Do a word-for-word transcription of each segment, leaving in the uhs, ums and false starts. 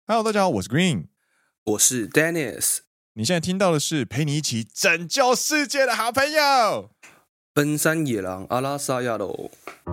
Hello， 大家好，我是 Green， 我是 Dennis。 你现在听到的是陪你一起拯救世界的好朋友—— 奔山野狼阿拉萨亚喽！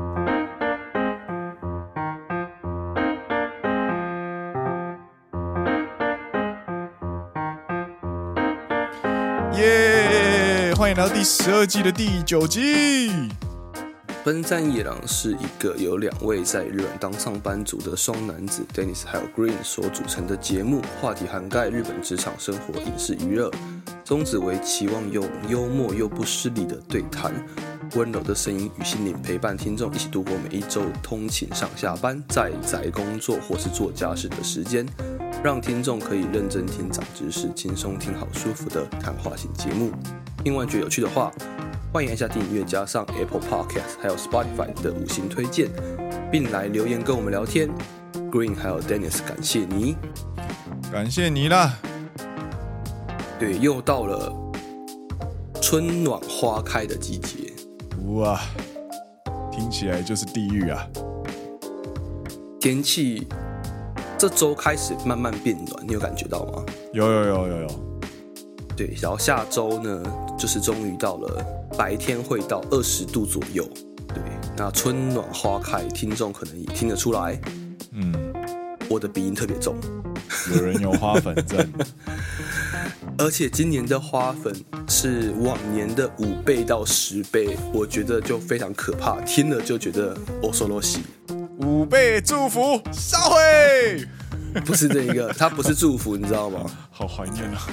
耶！欢迎来到第十二季的第九集。 奔山野狼是一个由两位在日本当上班族的双男子 Dennis 还有 Green 所组成的节目，话题涵盖日本职场生活、影视娱乐，宗旨为期望用幽默又不失礼的对谈，温柔的声音与心灵陪伴听众一起度过每一周通勤上下班、在宅工作或是做家事的时间，让听众可以认真听长知识、轻松听好舒服的谈话型节目。听完觉得有趣的话，欢迎按下订阅，加上 Apple Podcast 还有 Spotify 的五星推荐，并来留言跟我们聊天。Green 还有 Dennis 感谢你， 感谢你啦！ 对，又到了春暖花开的季节。 哇，听起来就是地狱啊！ 天气这周开始慢慢变暖，你有感觉到吗？ 有有有有有。 对，然后下周呢，就是终于到了白天会到二十度左右。对，那春暖花开，听众可能也听得出来。嗯，我的鼻音特别重。 有人有花粉症。 而且今年的花粉是往年的五倍到十倍，我觉得就非常可怕，听了就觉得欧索洛西。 五倍祝福，烧毁。 不是这一个，它不是祝福，你知道吗？ 好怀念啊！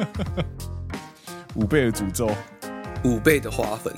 五倍的诅咒， 五倍的花粉。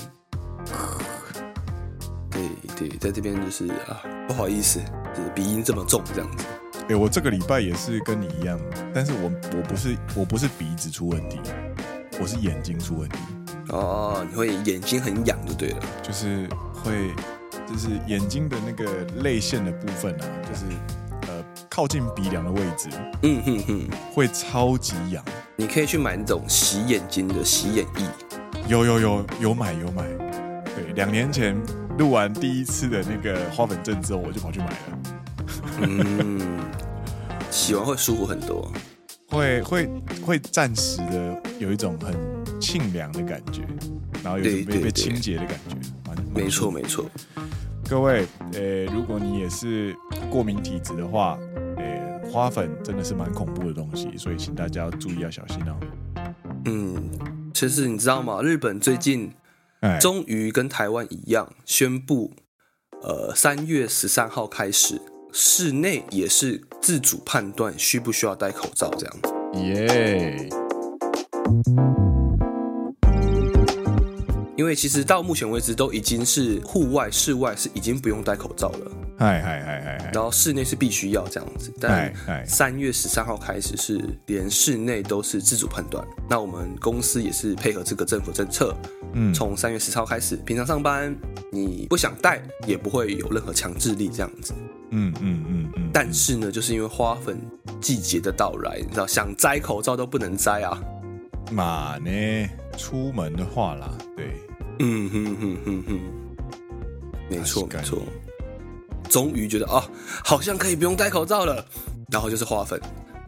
对对，在这边就是啊，不好意思，就是鼻音这么重这样子。 欸、我这个礼拜也是跟你一样，但是我我不是我不是鼻子出问题，我是眼睛出问题。 哦，你会眼睛很痒就对了， 就是会，就是眼睛的那个泪腺的部分啊，就是呃靠近鼻梁的位置， 嗯哼哼， 会超级痒。 你可以去买那种洗眼睛的洗眼液。 有有有有买有买，对，两年前录完第一次的那个花粉症之后，我就跑去买了。 嗯，洗完会舒服很多， 会会会暂时的有一种很清凉的感觉，然后有一种被被清洁的感觉， 没错没错。 各位，呃，如果你也是过敏体质的话，呃，花粉真的是蛮恐怖的东西，所以请大家要注意要小心哦。 嗯，其实你知道吗？日本最近终于跟台湾一样宣布，呃，三月十三号开始。室内也是自主判断需不需要戴口罩，这样。 耶！ Yeah. 因为其实到目前为止都已经是户外、室外是已经不用戴口罩了。 嗨嗨嗨嗨！ 然后室内是必须要这样子，但三月十三号开始是连室内都是自主判断。那我们公司也是配合这个政府政策，嗯，从三月十号开始，平常上班你不想戴也不会有任何强制力这样子。嗯嗯嗯嗯。但是呢，就是因为花粉季节的到来，你知道，想摘口罩都不能摘啊。 嘛呢，出门的话啦，对， 嗯哼哼哼哼，没错没错。终于觉得啊，好像可以不用戴口罩了，然后就是花粉。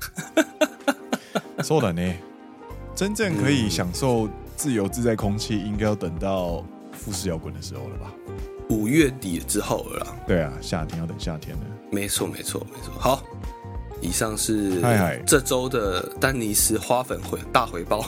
そうだね，真正可以享受自由自在空气，应该要等到富士摇滚的时候了吧？ 五月底之后了啦。对啊，夏天要等夏天了。 没错没错没错。好，以上是这周的丹尼斯花粉回大回报。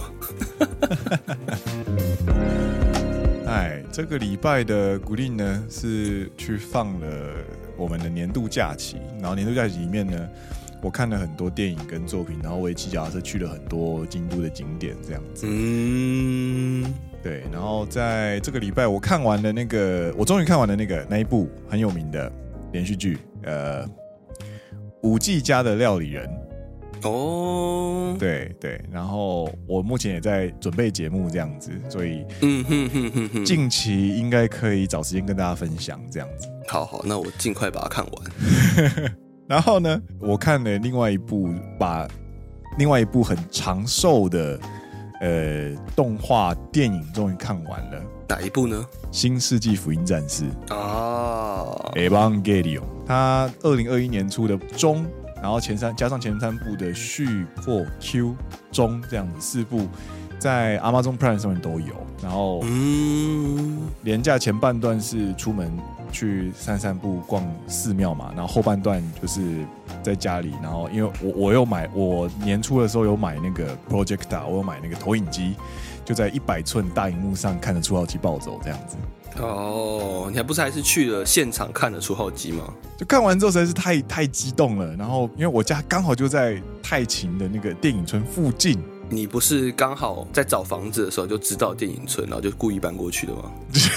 哎，这个礼拜的古令呢是去放了我们的年度假期，然后年度假期里面呢，我看了很多电影跟作品，然后我也骑脚踏车去了很多京都的景点，这样子。嗯，对。然后在这个礼拜，我看完了那个，我终于看完了那个那一部很有名的连续剧，呃，五 G 家的料理人。哦，对对，然后我目前也在准备节目这样子，所以嗯哼哼哼哼，近期应该可以找时间跟大家分享这样子。 好好，那我尽快把它看完。 然后呢，我看了另外一部，把另外一部很长寿的呃动画电影终于看完了。 哪一部呢？ 新世纪福音战士啊 ，Evangelion， 它二零二一年出的中然后前三加上前三部的续、破、Q、中这样子四部，在 Amazon Prime 上面都有。然后，嗯，连假前半段是出门去散散步、逛寺庙嘛，然后后半段就是在家里。然后，因为我我又买，我年初的时候有买那个 Projector， 我有买那个投影机，就在一百寸大荧幕上看着初号机暴走这样子。 哦，你还不是还是去了现场看了初号机吗？ 就看完之后实在是太太激动了。然后，因为我家刚好就在太勤的那个电影村附近。 你不是刚好在找房子的时候就知道电影村，然后就故意搬过去的吗？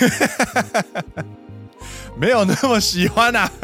没有那么喜欢啊。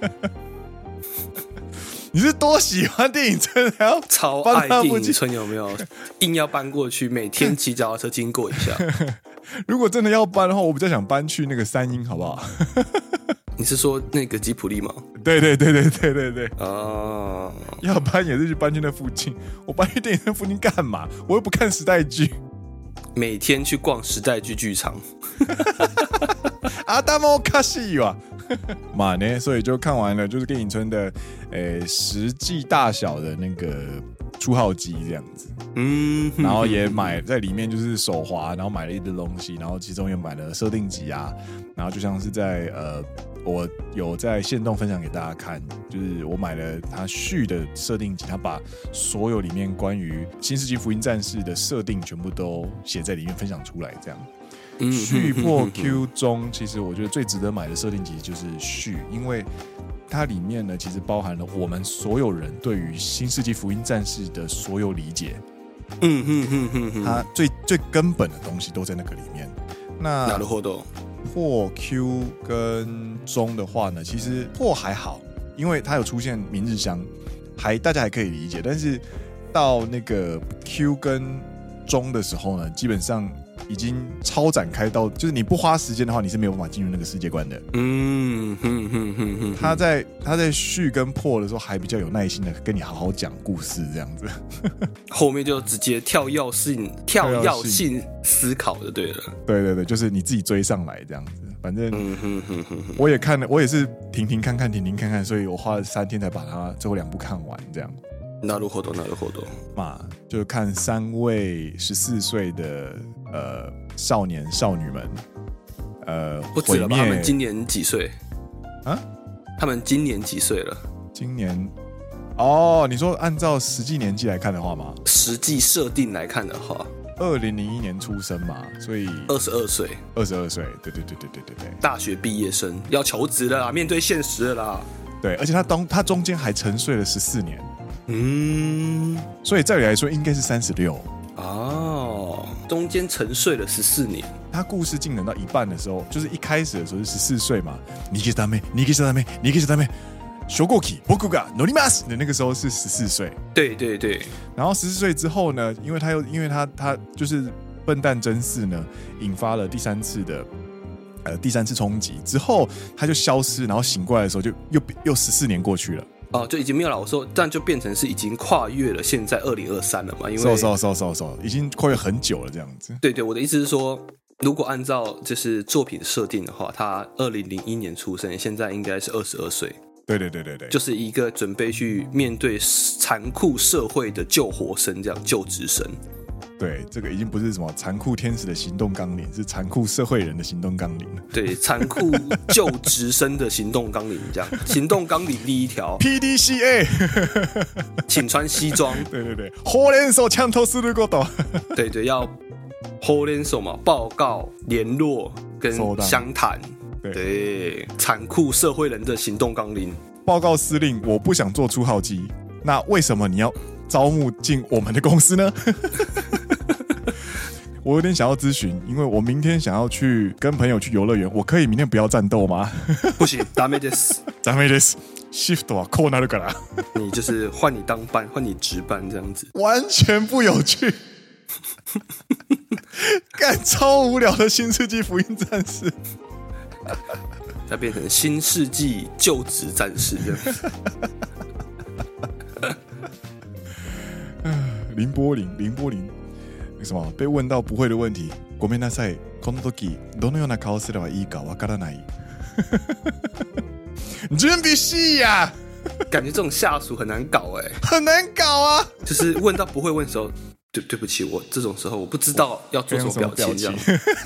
你是多喜欢电影村还要超爱电影村有没有？硬要搬过去，每天骑脚踏车经过一下。 如果真的要搬的话，我比较想搬去那个三鹰，好不好？ 你是说那个吉普力吗？ 对对对对对对对。 啊， 要搬也是去搬去那附近。我搬去电影院附近干嘛？我又不看时代剧。 每天去逛时代剧剧场。 阿达莫卡西哇。嘛呢，所以就看完了，就是电影村的，诶、欸，实际大小的那个初号机这样子，嗯，然后也买在里面就是手滑，然后买了一堆东西，然后其中也买了设定集啊，然后就像是在呃，我有在限动分享给大家看，就是我买了他续的设定集，他把所有里面关于新世纪福音战士的设定全部都写在里面分享出来，这样。续破 Q 中，其实我觉得最值得买的设定集就是续，因为它里面呢其实包含了我们所有人对于新世纪福音战士的所有理解，嗯嗯嗯嗯嗯，它最最根本的东西都在那个里面。那なるほど。 破 Q 跟中的话呢，其实破还好，因为它有出现明日香，还大家还可以理解，但是到那个 Q 跟中的时候呢，基本上已经超展开到，就是你不花时间的话，你是没有办法进入那个世界观的。嗯哼哼哼哼，他在他在续跟破的时候，还比较有耐心的跟你好好讲故事，这样子。 后面就直接跳跃性跳跃性思考就对了。 对对对，就是你自己追上来这样子。反正我也看了，我也是停停看看，停停看看，所以我花了三天才把它最后两部看完，这样。 なるほど，なるほど嘛，就看三位十四岁的呃少年少女们，呃， 不止了吧？他们今年几岁啊？他们今年几岁了？ 今年哦，你说按照实际年纪来看的话吗？ 实际设定来看的话， 二零零一年出生嘛，所以二十二岁， 二十二岁，对对对对对对对， 大学毕业生要求职了啦，面对现实了啦。 对，而且他当他中间还沉睡了十四年。 嗯， 所以照理来说应该是三十六哦，中间沉睡了十四年。 他故事进展到一半的时候，就是一开始的时候是十四岁嘛，你给他妹，你给他妹，你给他妹，修过去，僕が乗ります的那个时候是十四岁。 对对对。 然后十四岁之后呢，因为他又因为他他就是笨蛋真嗣呢，引发了第三次的呃第三次冲击之后，他就消失，然后醒过来的时候就又又十四年过去了。 哦，就已经没有了。我说，这样就变成是已经跨越了现在二零二三了嘛？因为收收收收收，已经跨越很久了，这样子。 对对，我的意思是说，如果按照就是作品设定的话，他二零零一年出生，现在应该是二十二岁。 对对对对对， 就是一个准备去面对残酷社会的救活生，这样救职生。 对，这个已经不是什么残酷天使的行动纲领，是残酷社会人的行动纲领了。 对，残酷就职生的行动纲领，这样。行动纲领第一条 ，P D C A， 请穿西装。 对对对，ほうれん草ちゃんとすること。 对对，要ほうれん草嘛，报告、联络跟相谈。对, 对，残酷社会人的行动纲领。 报告司令，我不想做初号机，那为什么你要招募进我们的公司呢？我有点想要咨询，因为我明天想要去跟朋友去游乐园，我可以明天不要战斗吗？ 不行，ダメです。 ダメです。シフトはこうなるから。 你就是换你当班，换你值班这样子， 完全不有趣。干超无聊的新世纪福音战士， 再变成新世纪就职战士这样子。 林波林，林波林。什么被问到不会的问题？ごめんなさい。この時どのような顔すればいいかわからない。準備しいや。 感觉这种下属很难搞哎、欸， 很难搞啊。就是问到不会问的时候，对对不起，我这种时候我不知道要做什么表情，这样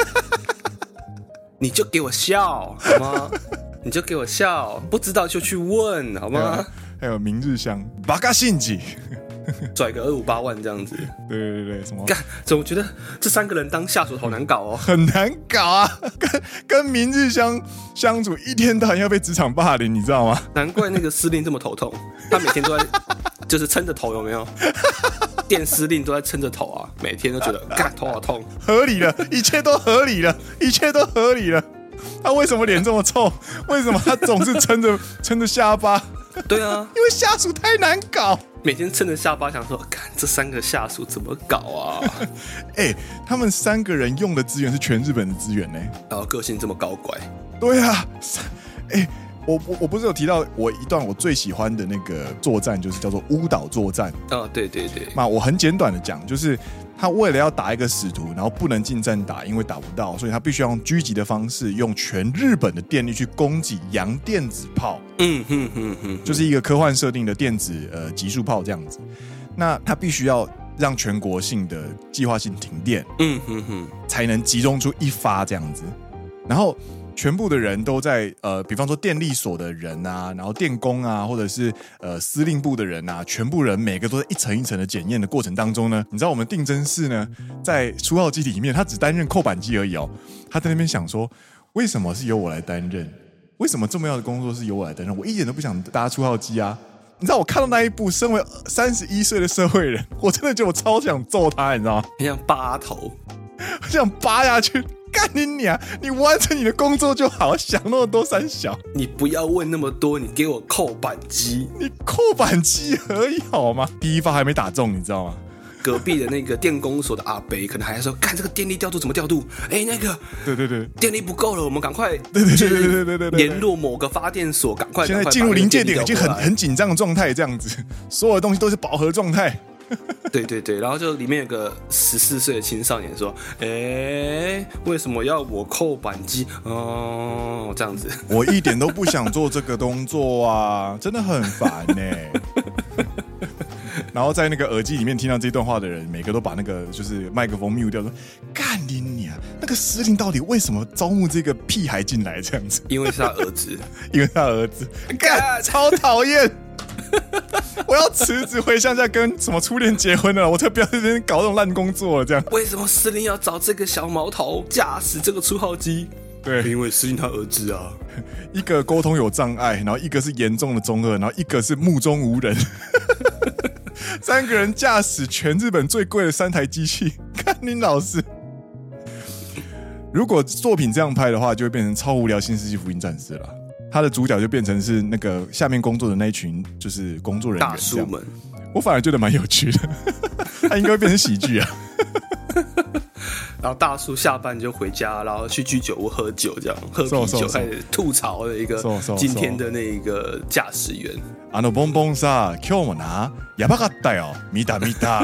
你就给我笑好吗？你就给我笑，不知道就去问好吗？ 还有明日香、巴嘎信吉， 拽个二五八万这样子。 对对对，什么？ 干，怎么觉得这三个人当下属好难搞哦？ 很难搞啊！跟跟明日香相处，一天到晚要被职场霸凌，你知道吗？ 难怪那个司令这么头痛，他每天都在就是撑着头，有没有？店司令都在撑着头啊，每天都觉得干头好痛。 合理了，一切都合理了，一切都合理了。他为什么脸这么臭？为什么他总是撑着撑着下巴？ 对啊， 因为下属太难搞， 每天撑着下巴想说，看这三个下属怎么搞啊？ 哎、欸，他们三个人用的资源是全日本的资源呢、欸， 然后个性这么高拐。对啊，哎、欸。我, 我, 我不是有提到我一段我最喜欢的那个作战，就是叫做乌岛作战啊、哦，对对对。 那我很简短的讲，就是他为了要打一个使徒，然后不能近战打，因为打不到，所以他必须要用狙击的方式，用全日本的电力去攻击洋电子炮。 嗯哼哼哼， 就是一个科幻设定的电子呃极速炮这样子。那他必须要让全国性的计划性停电， 嗯哼哼， 才能集中出一发这样子，然后。全部的人都在呃，比方说电力所的人啊，然后电工啊，或者是呃司令部的人啊，全部人每个都在一层一层的检验的过程当中呢，你知道我们定真室呢，在初号机里面，他只担任扣板机而已哦。他在那边想说，为什么是由我来担任？为什么这么要的工作是由我来担任？我一点都不想搭初号机啊！你知道我看到那一部，身为三十一岁的社会人，我真的觉得我超想揍他，你知道吗？ 很像扒头， 很想扒下去。干你娘！你完成你的工作就好，想那么多三小。 你不要问那么多，你给我扣板机， 你扣板机而已好吗？第一发还没打中，你知道吗？ 隔壁的那个电工所的阿伯可能还在说：“看这个电力调度怎么调度？哎，那个， 对对对， 电力不够了，我们赶快， 对对对对对对对， 联络某个发电所，赶快， 现在进入临界点，已经很很紧张的状态，这样子，所有的东西都是饱和状态。” 对对对，然后就里面有个十四岁的青少年说：“哎，为什么要我扣板机？哦，这样子， 我一点都不想做这个工作啊，真的很烦呢、欸。”然后在那个耳机里面听到这段话的人，每个都把那个就是麦克风 mute 掉，说：“干你娘！那个司令到底为什么招募这个屁孩进来这样子？ 因为是他儿子， 因为他儿子，干超讨厌。”我要辞职回乡下跟什么初恋结婚了，我才不要在这边搞这种烂工作了。这样， 为什么司令要找这个小毛头驾驶这个初号机？ 对， 因为司令他儿子啊， 一个沟通有障碍，然后一个是严重的中二，然后一个是目中无人，三个人驾驶全日本最贵的三台机器，看你老师。如果作品这样拍的话，就会变成超无聊新世纪福音战士了。他的主角就变成是那个下面工作的那一群，就是工作人员大叔们。 我反而觉得蛮有趣的，他应该会变成喜剧啊。 然后大叔下班就回家，然后去居酒屋喝酒，这样喝啤酒开始吐槽的一个今天的那个驾驶员。 あのボンボンさ、今日もな、やばかったよ。見た見た。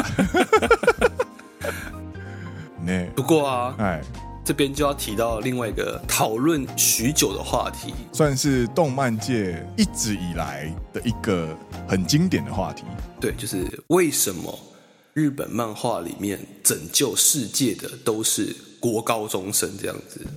ね。 不过啊， 哎。 这边就要提到另外一个讨论许久的话题， 算是动漫界一直以来的一个很经典的话题。 对，就是为什么日本漫画里面拯救世界的都是国高中生这样子。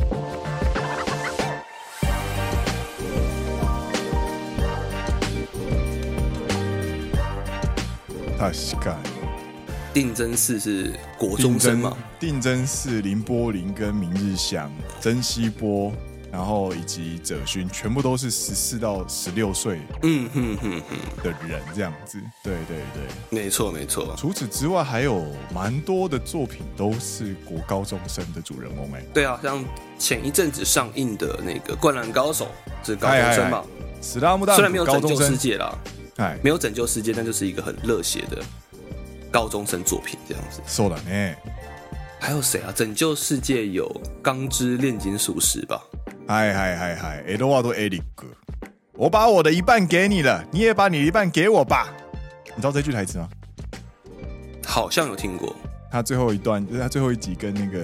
確かに。 定真寺是国中生嘛？ 定真寺、林波林跟明日香、真希波，然后以及者勋，全部都是十四到十六岁嗯哼哼哼的人这样子。对对对， 没错没错。 除此之外，还有蛮多的作品都是国高中生的主人翁哎。 对啊，像前一阵子上映的那个《灌篮高手》是高中生嘛？ 史拉姆达虽然没有拯救世界啦， 哎， 没有拯救世界，但就是一个很热血的高中生作品这样子。 そうだね。 还有谁啊？拯救世界有钢之炼金术师吧？ 嗨嗨嗨嗨，エドワード・エリック，我把我的一半给你了，你也把你的一半给我吧。你知道这句台词吗？ 好像有听过。 他最后一段，就是他最后一集跟那个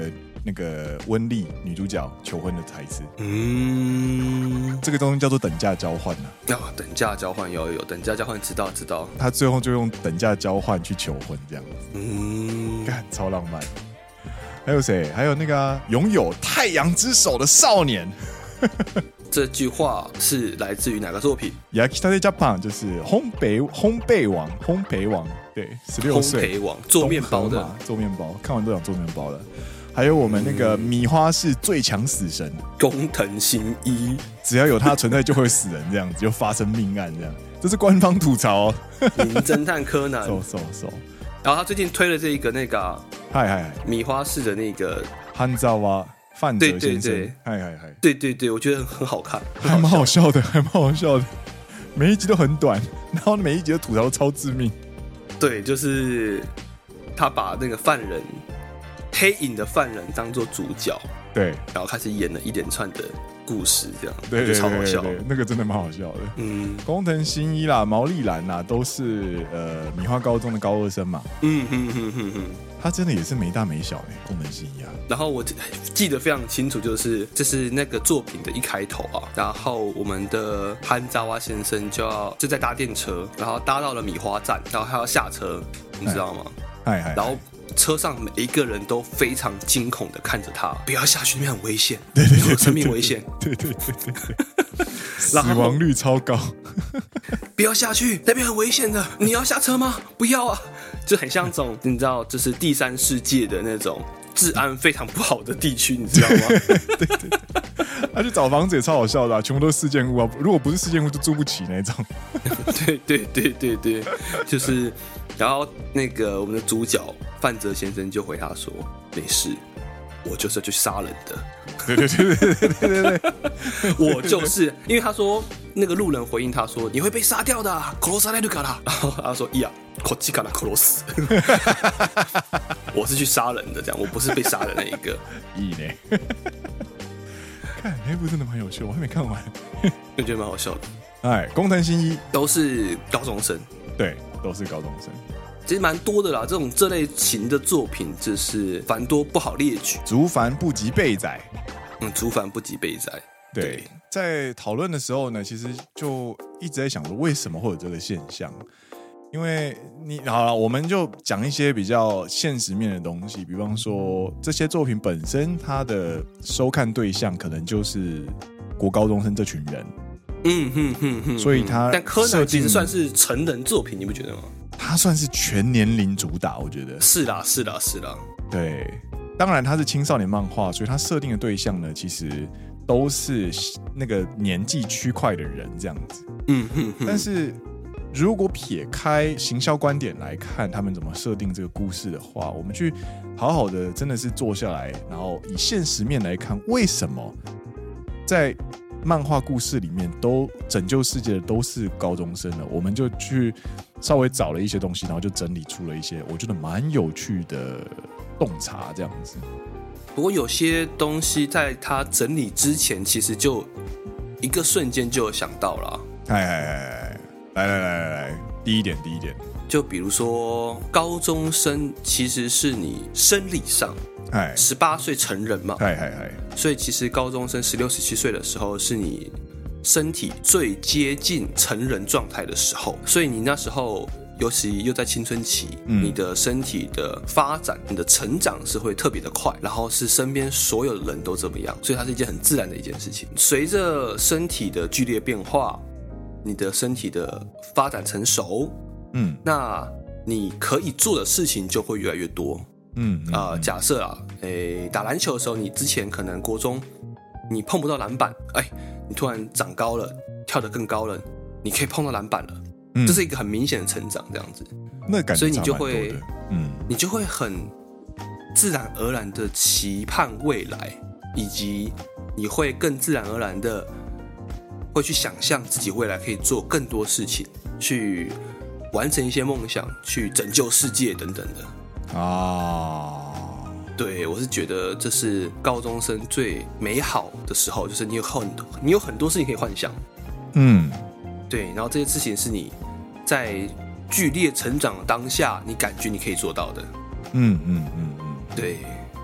那个温丽女主角求婚的台词。 嗯， 这个东西叫做等价交换啊。 啊，等价交换有有等价交换，知道知道。 他最后就用等价交换去求婚，这样子。 嗯， 干超浪漫。还有谁？还有那个啊，拥有太阳之手的少年。 这句话是来自于哪个作品 ？Yakitate Japan 就是烘焙烘焙王，烘焙王，对，十六岁， 烘焙王做面包的， 做面包，看完都想做面包了。还有我们那个米花市最强死神工藤新一， 只要有他存在就会死人，这样子就发生命案，这样，这是官方吐槽哦。 名侦探柯南， so so so。 然后他最近推了这一个那个， 嗨嗨， 米花市的那个汉zav啊。范泽先生， 对对对， 嗨嗨嗨， 对对对，我觉得很好看， 还蛮好笑的，还蛮好笑的。每一集都很短，然后每一集的吐槽都超致命。 对，就是他把那个犯人黑影的犯人当作主角， 对， 然后开始演了一连串的故事，这样， 对对对对对， 超好笑， 那个真的蛮好笑的。 嗯， 工藤新一啦、毛利兰啦，都是呃米花高中的高二生嘛。 嗯哼哼哼哼。 他真的也是没大没小哎，工藤新一啊。 然后我记得非常清楚，就是这是那个作品的一开头啊，然后我们的汉zav啊先生就要就在搭电车，然后搭到了米花站，然后他要下车，你知道吗？ 嗨嗨。 然后车上每一个人都非常惊恐的看着他，不要下去，那边很危险， 对对对， 有生命危险， 对对对对对，死亡率超高， 不要下去，那边很危险的，你要下车吗？不要啊，就很像这种，你知道，就是第三世界的那种治安非常不好的地区，你知道吗？ 对对对，他去找房子也超好笑的、啊，全部都是事件屋啊，如果不是事件屋就住不起那种。 对对对对对，就是，然后那个我们的主角范泽先生就回他说：“没事，我就是要去杀人的。” 对对对对对对对对， 我就是因为他说那个路人回应他说：“你会被杀掉的、啊，殺されるから。”然后他说：“いや、こっちから殺す。”我是去杀人的，这样我不是被杀的那一个。 いいね。看那部真的蛮有趣，我还没看完， 我觉得蛮好笑的。 哎，工藤新一都是高中生， 对，都是高中生。 其实蛮多的啦，这种这类型的作品就是繁多不好列举， 竹繁不及备载。 嗯，竹繁不及备载。 对， 对， 在讨论的时候呢，其实就一直在想说，为什么会有这个现象？因为你好了，我们就讲一些比较现实面的东西，比方说这些作品本身，它的收看对象可能就是国高中生这群人。 嗯哼哼哼， 所以他但柯南其实算是成人作品，你不觉得吗？ 他算是全年龄主打，我觉得是啦，是啦，是啦。 对，当然他是青少年漫画，所以他设定的对象呢，其实都是那个年纪区块的人这样子。 嗯哼哼。 但是如果撇开行销观点来看，他们怎么设定这个故事的话，我们去好好的真的是坐下来，然后以现实面来看，为什么在漫画故事里面都拯救世界的都是高中生了？我们就去稍微找了一些东西，然后就整理出了一些我觉得蛮有趣的洞察这样子。 不过有些东西在他整理之前，其实就一个瞬间就有想到了。 哎哎哎，来来来来来，第一点第一点， 就比如说高中生其实是你生理上十八岁成人嘛， 嗨嗨嗨， 所以其实高中生十六、十七岁的时候是你身体最接近成人状态的时候，所以你那时候尤其又在青春期，嗯、你的身体的发展、你的成长是会特别的快，然后是身边所有的人都这么样，所以它是一件很自然的一件事情。随着身体的剧烈变化，你的身体的发展成熟，嗯，那你可以做的事情就会越来越多。嗯啊、呃，假设啊，诶，打篮球的时候，你之前可能国中你碰不到篮板，哎，你突然长高了，跳得更高了，你可以碰到篮板了，嗯、这是一个很明显的成长，这样子。 那感觉所以你就会， 嗯， 你就会很自然而然的期盼未来，以及你会更自然而然的会去想象自己未来可以做更多事情，去完成一些梦想，去拯救世界等等的。啊，对，我是觉得这是高中生最美好的时候，就是你有很你有很多事情可以幻想，嗯，对，然后这些事情是你在剧烈成长的当下，你感觉你可以做到的，嗯嗯嗯嗯，对，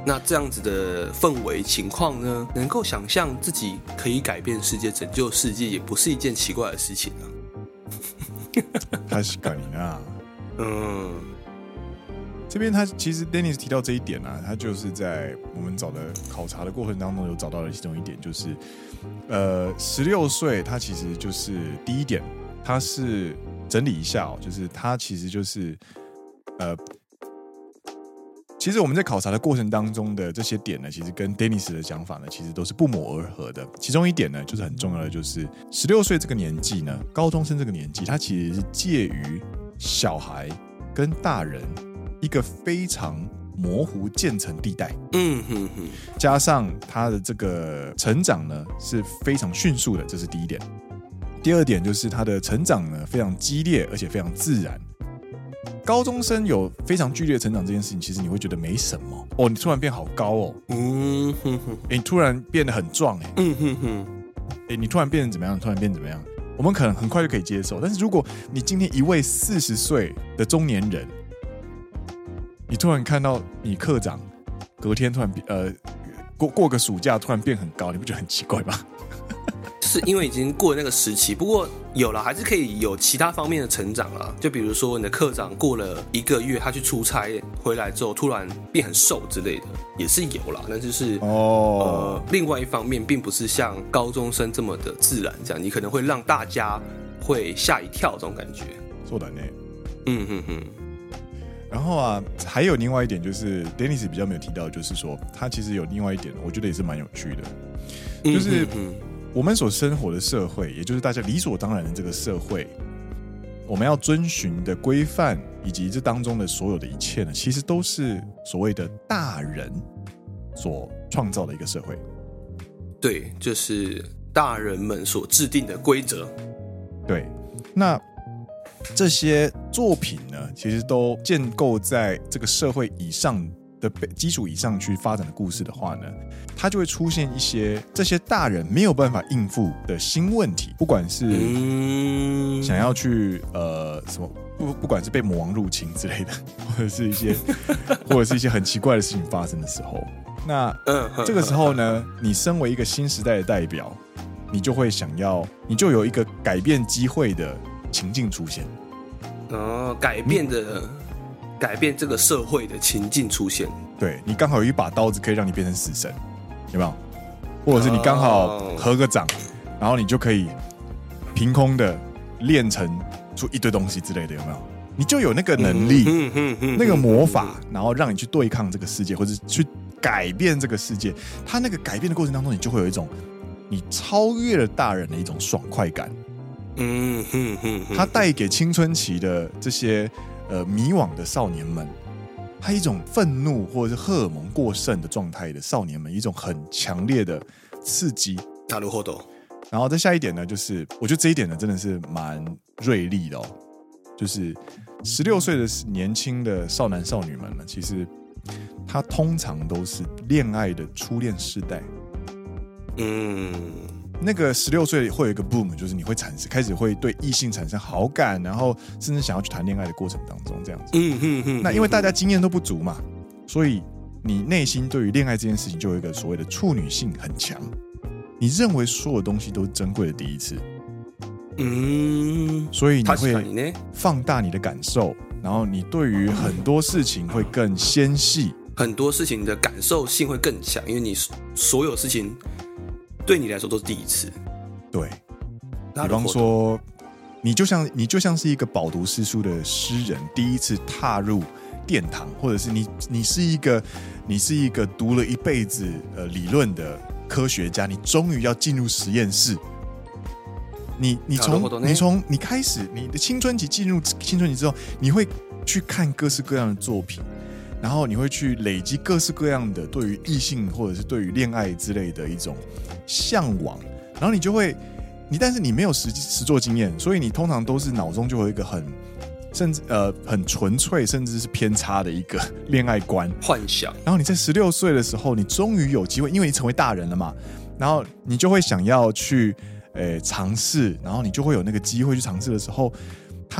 那这样子的氛围情况呢，能够想象自己可以改变世界、拯救世界，也不是一件奇怪的事情啊。 他是干你啊， 嗯。 这边他其实 Dennis 提到这一点啊，他就是在我们找的考察的过程当中有找到了其中一点，就是呃，十六岁他其实就是第一点，他是整理一下哦，就是他其实就是呃，其实我们在考察的过程当中的这些点呢，其实跟 Dennis 的讲法呢，其实都是不谋而合的。其中一点呢，就是很重要的，就是十六岁这个年纪呢，高中生这个年纪，他其实是介于小孩跟大人一个非常模糊渐层地带， 嗯哼哼， 加上他的这个成长呢是非常迅速的，这是第一点。第二点就是他的成长呢非常激烈，而且非常自然。高中生有非常剧烈的成长这件事情，其实你会觉得没什么哦，你突然变好高哦， 嗯哼哼， 哎，你突然变得很壮，哎， 嗯哼哼， 哎，你突然变成怎么样？突然变怎么样？我们可能很快就可以接受，但是如果你今天一位四十岁的中年人，你突然看到你课长隔天突然呃过过个暑假突然变很高，你不觉得很奇怪吗？ 是因为已经过了那个时期，不过有了还是可以有其他方面的成长啊。就比如说你的课长过了一个月，他去出差回来之后突然变很瘦之类的，也是有啦。那就是哦、呃，另外一方面，并不是像高中生这么的自然，这样你可能会让大家会吓一跳这种感觉。 そうだね。 嗯哼哼。 然后啊，还有另外一点就是 Dennis 比较没有提到，就是说他其实有另外一点，我觉得也是蛮有趣的，就是我们所生活的社会，也就是大家理所当然的这个社会，我们要遵循的规范以及这当中的所有的一切呢，其实都是所谓的大人所创造的一个社会。 对，就是大人们所制定的规则。 对，那这些作品呢，其实都建构在这个社会以上的基础以上去发展的故事的话呢，它就会出现一些这些大人没有办法应付的新问题，不管是想要去呃什么，不不管是被魔王入侵之类的，或者是一些或者是一些很奇怪的事情发生的时候，那这个时候呢，你身为一个新时代的代表，你就会想要，你就有一个改变机会的情境出现。 哦，改变的、嗯、改变这个社会的情境出现。 对，你刚好有一把刀子可以让你变成死神，有没有？或者是你刚好合个掌，然后你就可以凭空的练成出一堆东西之类的，有没有？你就有那个能力、嗯嗯嗯、那个魔法，然后让你去对抗这个世界，或者去改变这个世界。它那个改变的过程当中，你就会有一种你超越了大人的一种爽快感。嗯哼哼哼，它带给青春期的这些呃迷惘的少年们，他一种愤怒或者是荷尔蒙过剩的状态的少年们，一种很强烈的刺激。 なるほど。 然后再下一点呢，就是我觉得这一点呢真的是蛮锐利的哦，就是十六岁的年轻的少男少女们呢，其实他通常都是恋爱的初恋世代。嗯。那个十六岁会有一个 boom， 就是你会产生开始会对异性产生好感，然后甚至想要去谈恋爱的过程当中，这样子。嗯嗯嗯。那因为大家经验都不足嘛，所以你内心对于恋爱这件事情就有一个所谓的处女性很强，你认为所有东西都是珍贵的第一次。嗯。所以你会放大你的感受，然后你对于很多事情会更纤细， 很多事情的感受性会更强，因为你所有事情对你来说都是第一次。 对，比方说你就像你就像是一个饱读诗书的诗人，第一次踏入殿堂，或者是你你是一个你是一个读了一辈子呃理论的科学家，你终于要进入实验室。你你从你从你开始你的青春期进入青春期之后，你会去看各式各样的作品，然后你会去累积各式各样的对于异性或者是对于恋爱之类的一种向往，然后你就会你但是你没有实实作经验，所以你通常都是脑中就有一个很甚至呃很纯粹甚至是偏差的一个恋爱观幻想。 然后你在十六岁的时候，你终于有机会，因为你成为大人了嘛，然后你就会想要去呃尝试，然后你就会有那个机会去尝试的时候，它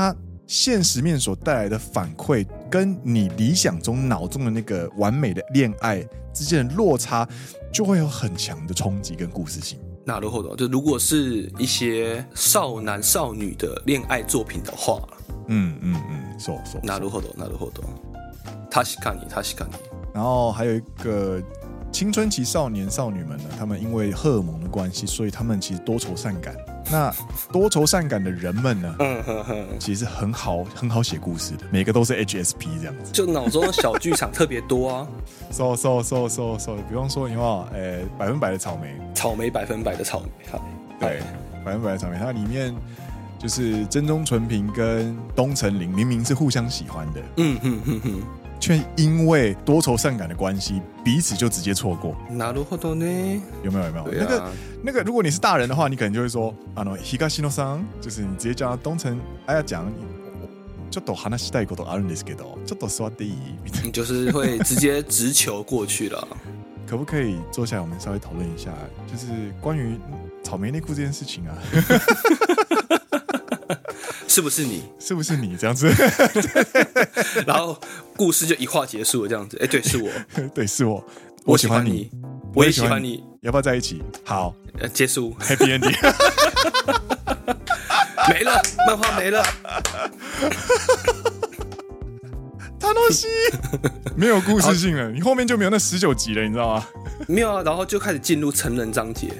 现实面所带来的反馈跟你理想中脑中的那个完美的恋爱之间的落差，就会有很强的冲击跟故事性。 なるほど，就如果是一些少男少女的恋爱作品的话， 嗯嗯嗯，そうそう。 なるほど，なるほど。確かに確かに。 然后还有一个青春期少年少女们呢，他们因为荷尔蒙的关系，所以他们其实多愁善感。那多愁善感的人们呢，嗯哼哼，其实很好很好写故事的，每个都是 H S P 这样子， 就脑中的小剧场特别多啊。 so so so so so， 比方说，你话，呃，百分百的草莓， 草莓百分百的草莓，好， 对，百分百的草莓，它里面就是真宗纯平跟东城绫明明是互相喜欢的，嗯哼哼哼。却因为多愁善感的关系，彼此就直接错过。 なるほどね。 有没有有没有？ 啊、 那个那个，如果你是大人的话，你可能就会说，あの東野さん，就是你直接叫他东城，哎呀讲，ちょっと話したいことあるんですけど、ちょっと座っていい？ 你就是会直接直球过去了。 可不可以坐下来，我们稍微讨论一下，就是关于草莓内裤这件事情啊？ 是不是你？ 是不是你这样子？ 然后故事就一话结束了，这样子。哎，对，是我， 对，是我， 我喜欢你，我也喜欢你， 要不要在一起？好， 呃，结束 ，Happy Ending， 没了，漫画没了。 楽しい，没有故事性了，你后面就没有那十九集了，你知道吗？ 没有啊，然后就开始进入成人章节。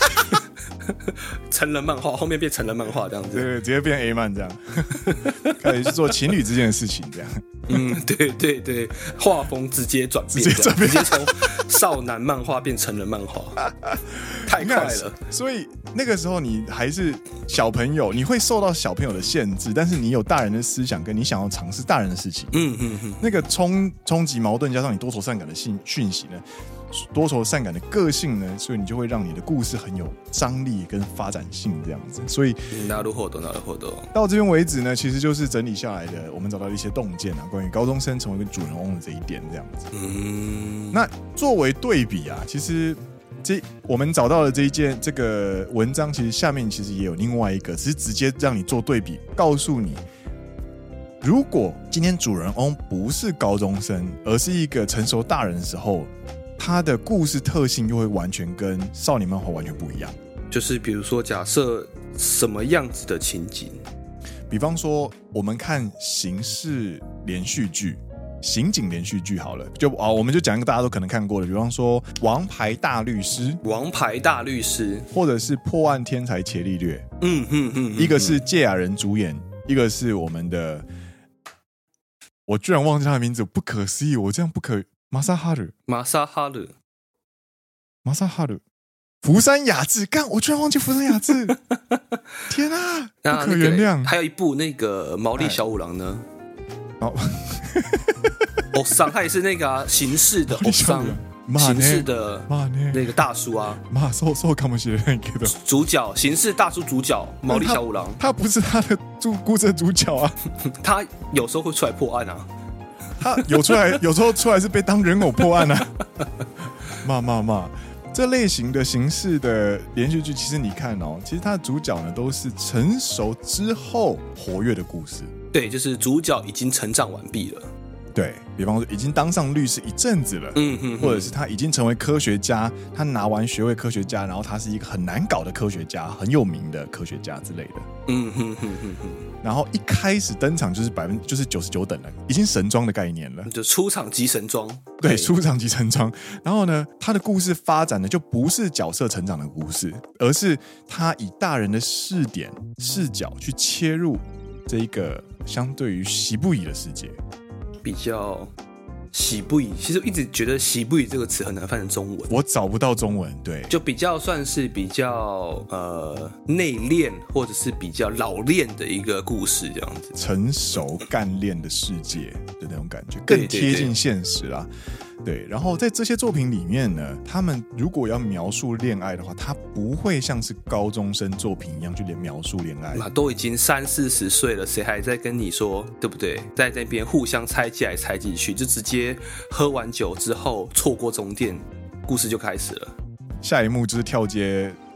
成人漫画后面变成人漫画这样子， 对对，直接变 A 漫这样，开始去做情侣之间的事情这样。 嗯，对对对，画风直接转变，直接转变，直接从少男漫画变成人漫画，太快了。 所以那个时候你还是小朋友，你会受到小朋友的限制，但是你有大人的思想，跟你想要尝试大人的事情。嗯嗯嗯，那个冲冲击矛盾，加上你多愁善感的讯讯息呢？多愁善感的个性呢，所以你就会让你的故事很有张力跟发展性这样子。所以， なるほどなるほど。 到这边为止呢，其实就是整理下来的，我们找到一些洞见啊，关于高中生成为一个主人翁的这一点这样子。嗯，那作为对比啊，其实这我们找到的这一件这个文章，其实下面其实也有另外一个，只是直接让你做对比，告诉你。如果今天主人翁不是高中生，而是一个成熟大人的时候，他的故事特性又会完全跟少年漫画完全不一样。 就是比如说，假设什么样子的情景？ 比方说，我们看刑事连续剧、刑警连续剧好了，就啊，我们就讲一个大家都可能看过的，比方说《王牌大律师》、《 王牌大律师》， 或者是《破案天才伽利略》。 嗯嗯嗯， 一个是芥雅人主演，一个是我们的，我居然忘记他的名字，不可思议，我这样不可。马萨哈鲁， 马萨哈鲁， 马萨哈鲁，福山雅治，干，我居然忘记福山雅治，天啊，不可原谅、那個。还有一部那个毛利小五郎呢， 哦， 欧桑，他也是那个、啊、刑事的欧桑，刑事的那个大叔啊， まあそうそうかもしれないけど， 主角刑事大叔主角毛利小五郎， 他不是他的主故事的主角啊， 他有时候会出来破案啊。 他有出来，有时候出来是被当人偶破案啊！骂骂骂！这类型的形式的连续剧，其实你看哦，其实它的主角呢都是成熟之后活跃的故事。 对，就是主角已经成长完毕了。 对，比方说已经当上律师一阵子了，嗯哼哼，或者是他已经成为科学家，他拿完学位科学家，然后他是一个很难搞的科学家，很有名的科学家之类的。嗯哼哼哼哼。然后一开始登场就是百分就是九十九等了，已经神装的概念了， 就出场即神装。 对，出场即神装。然后呢，他的故事发展的就不是角色成长的故事，而是他以大人的视点视角去切入这一个相对于喜不以的世界。 比较喜不以，其实一直觉得喜不以这个词很难翻成中文， 我找不到中文。对， 就比较算是比较呃内敛或者是比较老练的一个故事，这样子成熟干练的世界的那种感觉，更贴近现实啦。对，然后在这些作品里面呢，他们如果要描述恋爱的话，他不会像是高中生作品一样去描述恋爱。 都已经三四十岁了，谁还在跟你说，对不对？在那边互相猜忌来猜忌去，就直接喝完酒之后错过终点，故事就开始了。 下一幕就是跳接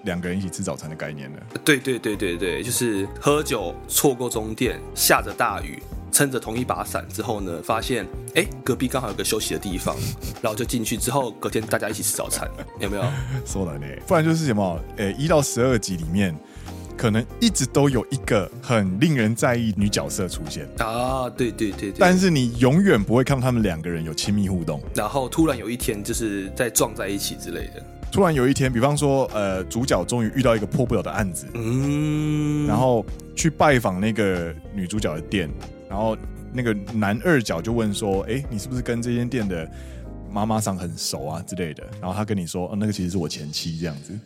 两个人一起吃早餐的概念了。 对对对对对，就是喝酒错过终点，下着大雨，撑着同一把伞之后呢，发现哎隔壁刚好有个休息的地方，然后就进去之后，隔天大家一起吃早餐，有没有？ 说的呢，不然就是什么，呃，一到十二集里面，可能一直都有一个很令人在意女角色出现啊，对对对对， 但是你永远不会看到他们两个人有亲密互动， 然后突然有一天就是再撞在一起之类的。 突然有一天，比方说，呃，主角终于遇到一个破不了的案子，嗯，然后去拜访那个女主角的店，然后那个男二角就问说：“哎，你是不是跟这间店的妈妈桑很熟啊之类的？”然后他跟你说：“哦，那个其实是我前妻。”这样子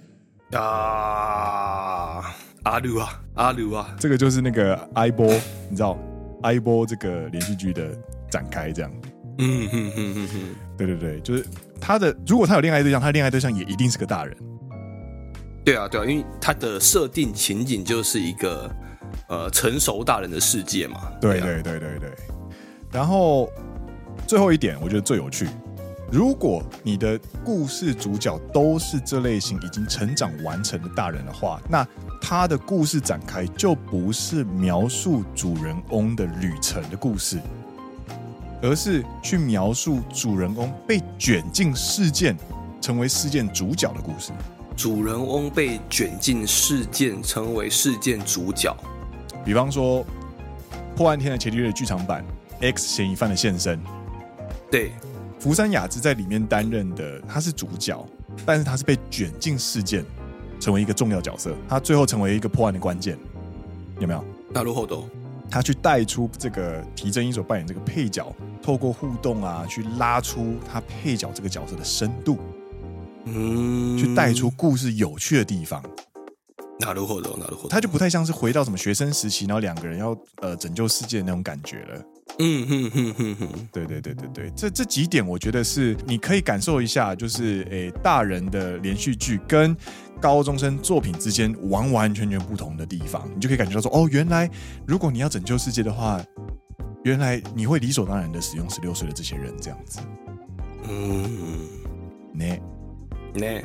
啊，阿鲁啊，阿鲁啊， 这个就是那个埃波，你知道埃波这个连续剧的展开这样。嗯哼哼哼哼，对对对，就是他的，如果他有恋爱对象，他的恋爱对象也一定是个大人。 对啊，对啊，因为他的设定情景就是一个呃成熟大人的世界嘛。 对对对对对。然后最后一点，我觉得最有趣，如果你的故事主角都是这类型已经成长完成的大人的话，那他的故事展开就不是描述主人翁的旅程的故事。而是去描述主人翁被卷进事件，成为事件主角的故事。 主人翁被卷进事件，成为事件主角。 比方说，《破案天的前提日》剧场版 X 嫌疑犯的现身， 对， 福山雅治在里面担任的他是主角，但是他是被卷进事件，成为一个重要角色。他最后成为一个破案的关键，有没有？ なるほど。 他去带出这个提真一所扮演这个配角，透过互动啊，去拉出他配角这个角色的深度，嗯，去带出故事有趣的地方。 なるほど，なるほど。 他就不太像是回到什么学生时期，然后两个人要呃拯救世界的那种感觉了。嗯哼哼哼哼，对对对对对，这这几点我觉得是你可以感受一下，就是诶大人的连续剧跟高中生作品之间完完全全不同的地方，你就可以感觉到说，哦，原来如果你要拯救世界的话，原来你会理所当然的使用十六岁的这些人这样子。嗯，ねね，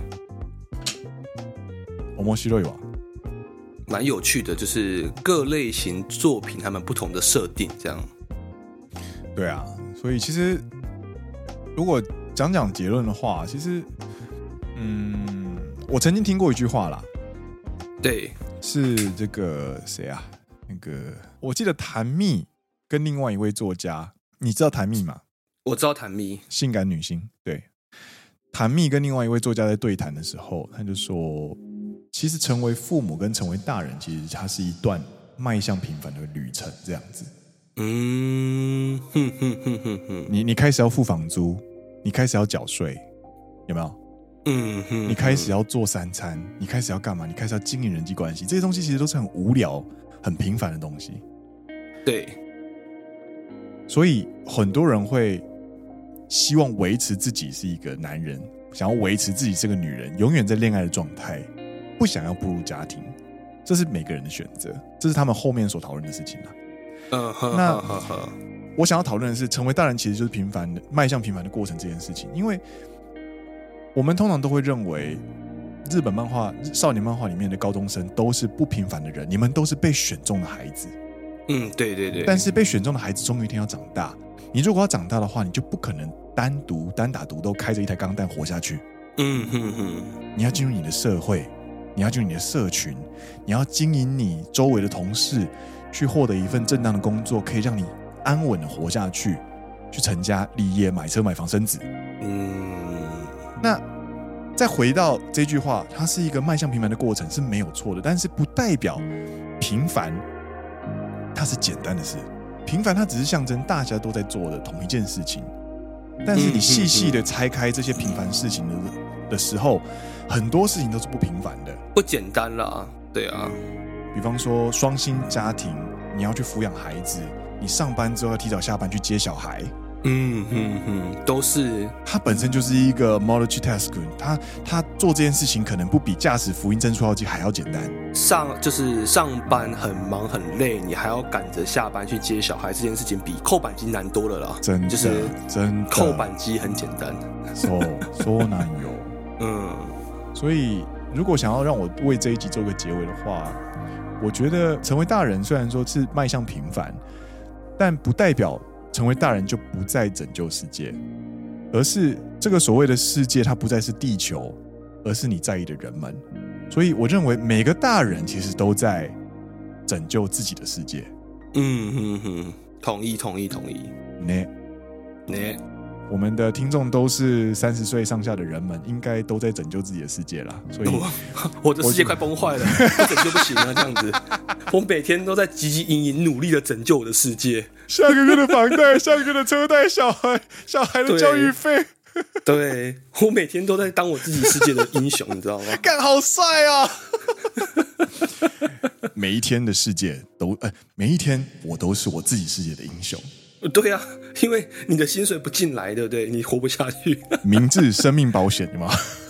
面白いわ。 蛮有趣的，就是各类型作品他们不同的设定，这样。 对啊，所以其实如果讲讲结论的话，其实，嗯，我曾经听过一句话啦， 对， 是这个谁啊？那个我记得谭蜜跟另外一位作家，你知道谭蜜吗？ 我知道谭蜜， 性感女星。对，谭蜜跟另外一位作家在对谈的时候，他就说，其实成为父母跟成为大人，其实它是一段迈向平凡的旅程，这样子。嗯，哼哼哼哼哼，你你开始要付房租，你开始要缴税，有没有？嗯哼，你开始要做三餐，你开始要干嘛？你开始要经营人际关系，这些东西其实都是很无聊、很平凡的东西。 对， 所以很多人会希望维持自己是一个男人，想要维持自己是个女人，永远在恋爱的状态，不想要步入家庭，这是每个人的选择，这是他们后面所讨论的事情啦。嗯，那我想要讨论的是，成为大人其实就是平凡的迈向平凡的过程这件事情，因为我们通常都会认为日本漫画、少年漫画里面的高中生都是不平凡的人，你们都是被选中的孩子。 嗯，对对对。 但是被选中的孩子终有一天要长大，你如果要长大的话，你就不可能单独单打独斗，开着一台钢弹活下去。嗯哼哼，你要进入你的社会，你要进入你的社群，你要经营你周围的同事，去获得一份正当的工作，可以让你安稳的活下去，去成家立业，买车买房生子。嗯，那再回到这句话，它是一个迈向平凡的过程是没有错的，但是不代表平凡它是简单的事。平凡它只是象征大家都在做的同一件事情，但是你细细的拆开这些平凡事情 的, 的时候，很多事情都是不平凡的， 不简单啦。对啊， 比方说双薪家庭，你要去抚养孩子，你上班之后要提早下班去接小孩，嗯哼哼，都是他本身就是一个 multitask， 他他做这件事情可能不比驾驶福音证书号机还要简单。 上就是上班很忙很累，你还要赶着下班去接小孩，这件事情比扣板机难多了啦。 真的， 就是真的， 扣板机很简单， 说说难有，嗯，所以如果想要让我为这一集做个结尾的话，我觉得成为大人虽然说是迈向平凡，但不代表成为大人就不再拯救世界，而是这个所谓的世界它不再是地球，而是你在意的人们。所以我认为每个大人其实都在拯救自己的世界。 嗯哼哼，同意同意同意。 呢呢， 我们的听众都是三十岁上下的人们，应该都在拯救自己的世界啦。所以我我的世界快崩坏了，不拯救不行啊！这样子，我每天都在汲汲营营努力的拯救我的世界。 下个月的房贷，下个月的车贷，小孩小孩的教育费。 对，我每天都在当我自己世界的英雄，你知道吗？ 干好帅啊！每一天的世界都，呃，每一天我都是我自己世界的英雄。 对啊，因为你的薪水不进来，对不对？你活不下去。 明治生命保险，有吗？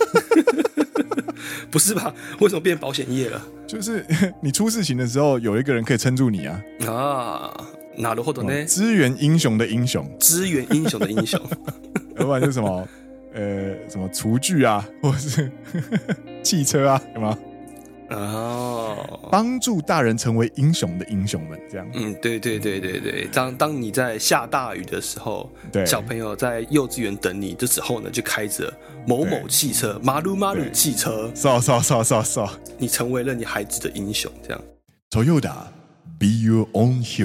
不是吧？为什么变保险业了？ 就是你出事情的时候，有一个人可以撑住你啊！ 啊，なるほどね。 支援英雄的英雄， 支援英雄的英雄， 要不然就是什么呃什么厨具啊，或者是汽车啊，有吗？ 哦， 帮助大人成为英雄的英雄们，这样。 嗯，对对对对对。当当你在下大雨的时候， 对， 小朋友在幼稚园等你的时候呢，就开着某某汽车，马路马路汽车， 扫扫扫扫扫， 你成为了你孩子的英雄，这样。 Toyota, be your own hero 。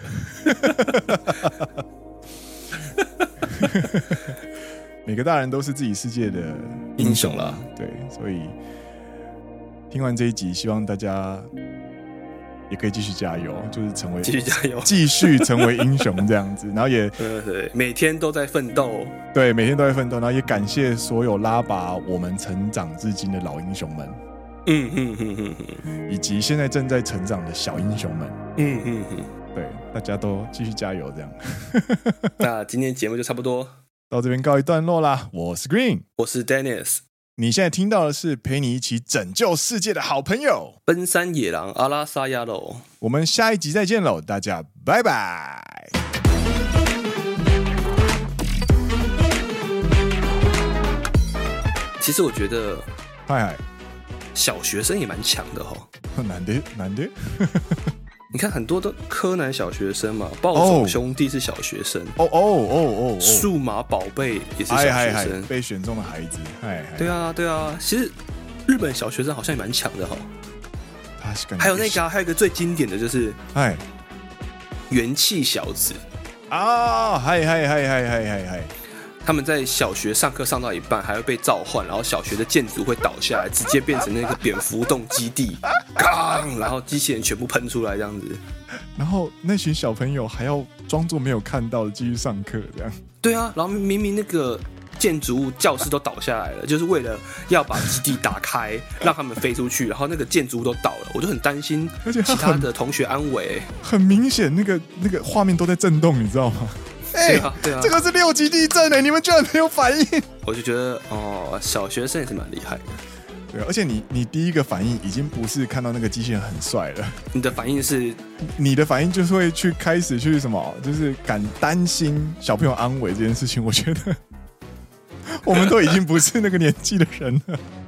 每个大人都是自己世界的英雄啦，对，所以听完这一集，希望大家也可以继续加油，就是成为继续加油， 继续成为英雄这样子，然后也对对，每天都在奋斗， 对，每天都在奋斗，然后也感谢所有拉拔我们成长至今的老英雄们， 嗯嗯嗯嗯嗯，以及现在正在成长的小英雄们， 嗯嗯嗯， 对，大家都继续加油这样。 那今天节目就差不多到这边告一段落啦，我是 Green， 我是 Dennis， 你现在听到的是陪你一起拯救世界的好朋友奔山野狼阿拉萨亚喽， 我们下一集再见喽，大家拜拜。 其实我觉得， 嗨嗨， 小学生也蛮强的哈、 哦，难的难的。 你看很多的柯南小学生嘛，暴走兄弟是小学生， 哦哦哦哦， 数码宝贝也是小学生， 嗨嗨嗨被选中的孩子，嗨嗨， 对啊对啊，其实日本小学生好像也蛮强的哈。还有那个、啊，还有一个最经典的就是， 嗨， 元气小子啊，嗨嗨嗨嗨嗨嗨嗨。 他们在小学上课上到一半，还会被召唤，然后小学的建筑会倒下来，直接变成那个蝙蝠洞基地，刚，然后机器人全部喷出来这样子。 然后那群小朋友还要装作没有看到的继续上课，这样。 对啊，然后明明那个建筑物教室都倒下来了，就是为了要把基地打开，让他们飞出去，然后那个建筑物都倒了，我就很担心其他的同学安危、欸。 很明显，那个那个画面都在震动，你知道吗？哎、欸， 对啊，对啊， 这个是六级地震哎、欸，你们居然没有反应， 我就觉得哦，小学生也是蛮厉害的。 对，而且你你第一个反应已经不是看到那个机器人很帅了， 你的反应是， 你的反应就是会去开始去什么，就是敢担心小朋友安危这件事情。我觉得我们都已经不是那个年纪的人了。